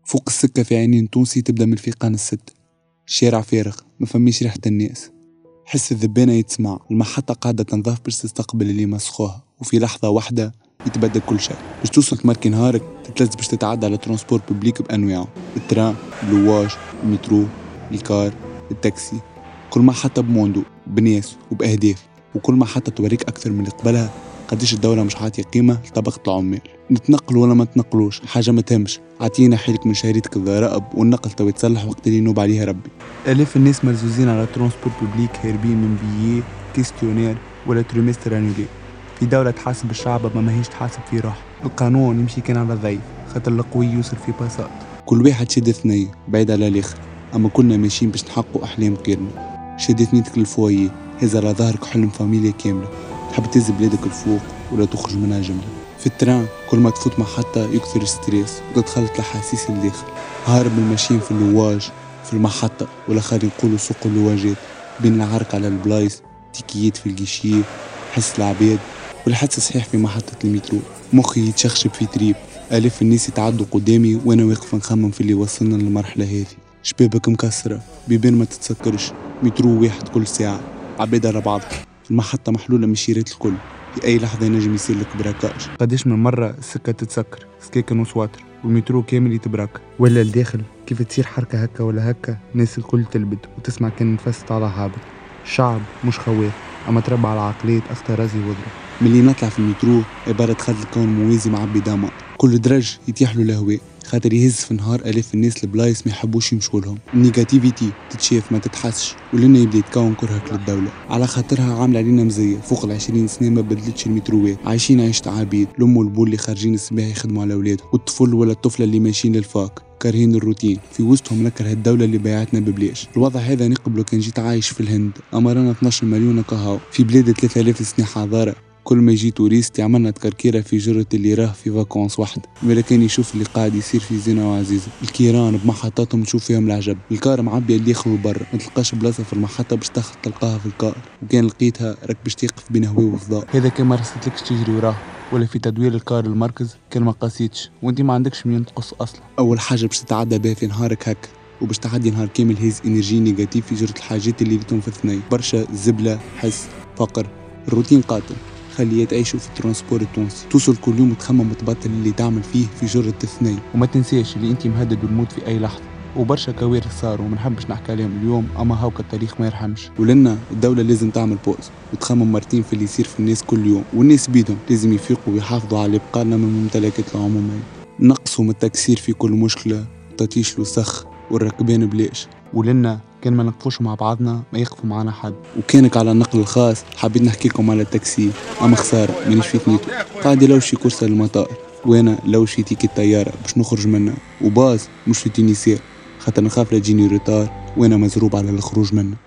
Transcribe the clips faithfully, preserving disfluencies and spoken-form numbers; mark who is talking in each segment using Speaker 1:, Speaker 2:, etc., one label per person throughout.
Speaker 1: فوق السكة في عينين تونسي تبدأ من الفيقان الست. الشارع فارغ، ما فميش ريحة الناس. حس الذبانة يتسمع، المحطة قاعدة تنظف باش تستقبل اللي مسخوها، وفي لحظة واحدة يتبدل كل شيء. باش توصل تمركي نهارك تتلز باش تتعدى على ترانسبور بوبليك بأنواعه، التران، اللواج، المترو، الكار، التاكسي. كل محطة بموندو، بناس وبأهداف، وكل محطة توريك أكثر من اللي قبلها قديش الدولة مش عاطية قيمة لطبقة العمال. نتنقل ولا ما تنقلوش حاجة ما تهمش، عطينا حيلك من شهريتك الضرائب والنقل تو يتصلح وقت اللي ينوب عليها ربي. آلاف الناس مرزوزين على ترانسبور بوبليك هاربين من بيي كيستيونير ولا تريمستر انولي. في دولة تحاسب الشعب ما ماهيش تحاسب فيه روح. القانون يمشي كان على الضعيف، خاطر القوي يوصل في بساط. كل واحد شد ثنية بعيد على الاخر، اما كنا ماشيين باش نحققوا احلام غيرنا. شد ثنيتك للفوايي، هز على ظهرك حلم فاميليا كاملة. تحب تهز بلادك الفوق ولا تخرج منها جملة. في التران كل ما تفوت محطة يكثر الستريس وتتخلط الأحاسيس الداخل. هارب من الماشيين في اللواج في المحطة، ولا خلي نقولوا سوق اللواجات، بين العرق على البلايص، تيكيات في الجيشيه، حس العباد والحس صحيح في محطة المترو. مخي يتشخشب في تريب، آلاف الناس يتعدوا قدامي وانا واقف نخمم في اللي وصلنا للمرحلة هذه. شبابك مكسرة، بيبان ما تتسكرش، مترو واحد كل ساعة، عباد على بعض. المحطة محلولة من شيرات الكل، في أي لحظة ينجم يصير لك براكاج. قديش من مرة السكة تتسكر، سكاكن وسواتر، والمترو كامل يتبراك. ولا الداخل كيف تصير حركة هكا ولا هكا، ناس الكل تلبد وتسمع كان نفست على هابط. الشعب مش خواف، أما تربى على عقلية أخطر رازي وضرب. ملي نطلع في المترو عبارة خد الكون موازي معبي دمار، كل درج يتيح له الهواء، خاطر يهز في نهار آلاف الناس البلايص ما يحبوش يمشوا لهم. النيجاتيفيتي تتشاف ما تتحسش، ولنا يبدا يتكون كرهك للدولة على خاطرها عاملة علينا مزية. فوق العشرين سنة ما بدلتش المتروات، عايشين عيشة عبيد. الأم والبول اللي خارجين الصباح يخدموا على أولادهم، والطفل ولا الطفلة اللي ماشيين للفاك كارهين الروتين. في وسطهم نكره الدولة اللي بايعتنا ببلاش. الوضع هذا نقبله كان جيت عايش في الهند، أما رانا اثناشر مليون كهو في بلاد ثلاثة آلاف سنة حضارة. كل ما يجي توريست يعملنا تكركيرة في جرة اللي راه في فاكونس واحدة، ولا كان يشوف اللي قاعد يصير في زينة وعزيزة. الكيران بمحطاتهم تشوف فيهم العجب، الكار معبية اللي يدخل وبرا، ما تلقاش بلاصة في المحطة باش تاخذ تلقاها في الكار، وكان لقيتها راك باش تقف بين هواء وفضاء. هذا كان ما رستلكش تجري وراه، ولا في تدوير الكار المركز كان ما قاسيتش وانت ما عندكش مين تقص اصلا. اول حاجة باش تتعدى بها في نهارك هكا، وباش تعدي نهار كامل هيز انرجي نيجاتيف في جرة الحاجات اللي لتهم في اثنين، برشا زبلة، حس، فقر، الروتين قاتل. خليه تعيشوا في الترانسبور التونسي، توصل كل يوم تخمم وتبطل اللي تعمل فيه في جرة اثنين. وما تنساش اللي انت مهدد بالموت في اي لحظة، وبرشا كوارث صاروا وما نحبش نحكي عليهم اليوم، اما هاوك التاريخ ما يرحمش. ولنا الدولة لازم تعمل بوز وتخمم مرتين في اللي يصير في الناس كل يوم، والناس بيدهم لازم يفيقوا ويحافظوا على بقالنا من الممتلكات العمومية. نقصوا من التكسير في كل مشكلة، تطيش وسخ والركبان بلاش. ولنا كان ما نقفوش مع بعضنا ما يقفوا معنا حد. وكانك على النقل الخاص حبيت نحكي لكم على التاكسي، اما خساره مانيش في ثنيته. قاعد يلوشي كرسي المطار، وانا لوشي تيكي الطياره باش نخرج منها، وباص مش في تونسيا خاطر نخاف لا تجيني روتار وانا مزروب على الخروج منه.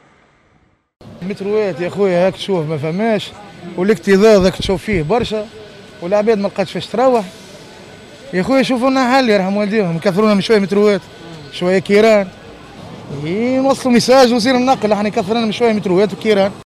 Speaker 2: المتروات يا خويا هاك تشوف ما فماش، والاكتظاظ هاك تشوف فيه برشا، والعباد ما لقاتش فاش تروح. يا خويا شوفوا لنا حل يرحم والديهم، يكثرونا من شويه متروات شويه كيران، نوصلوا ميساج ونصير ننقل. احنا كثرنا من شويه متروات وكيران.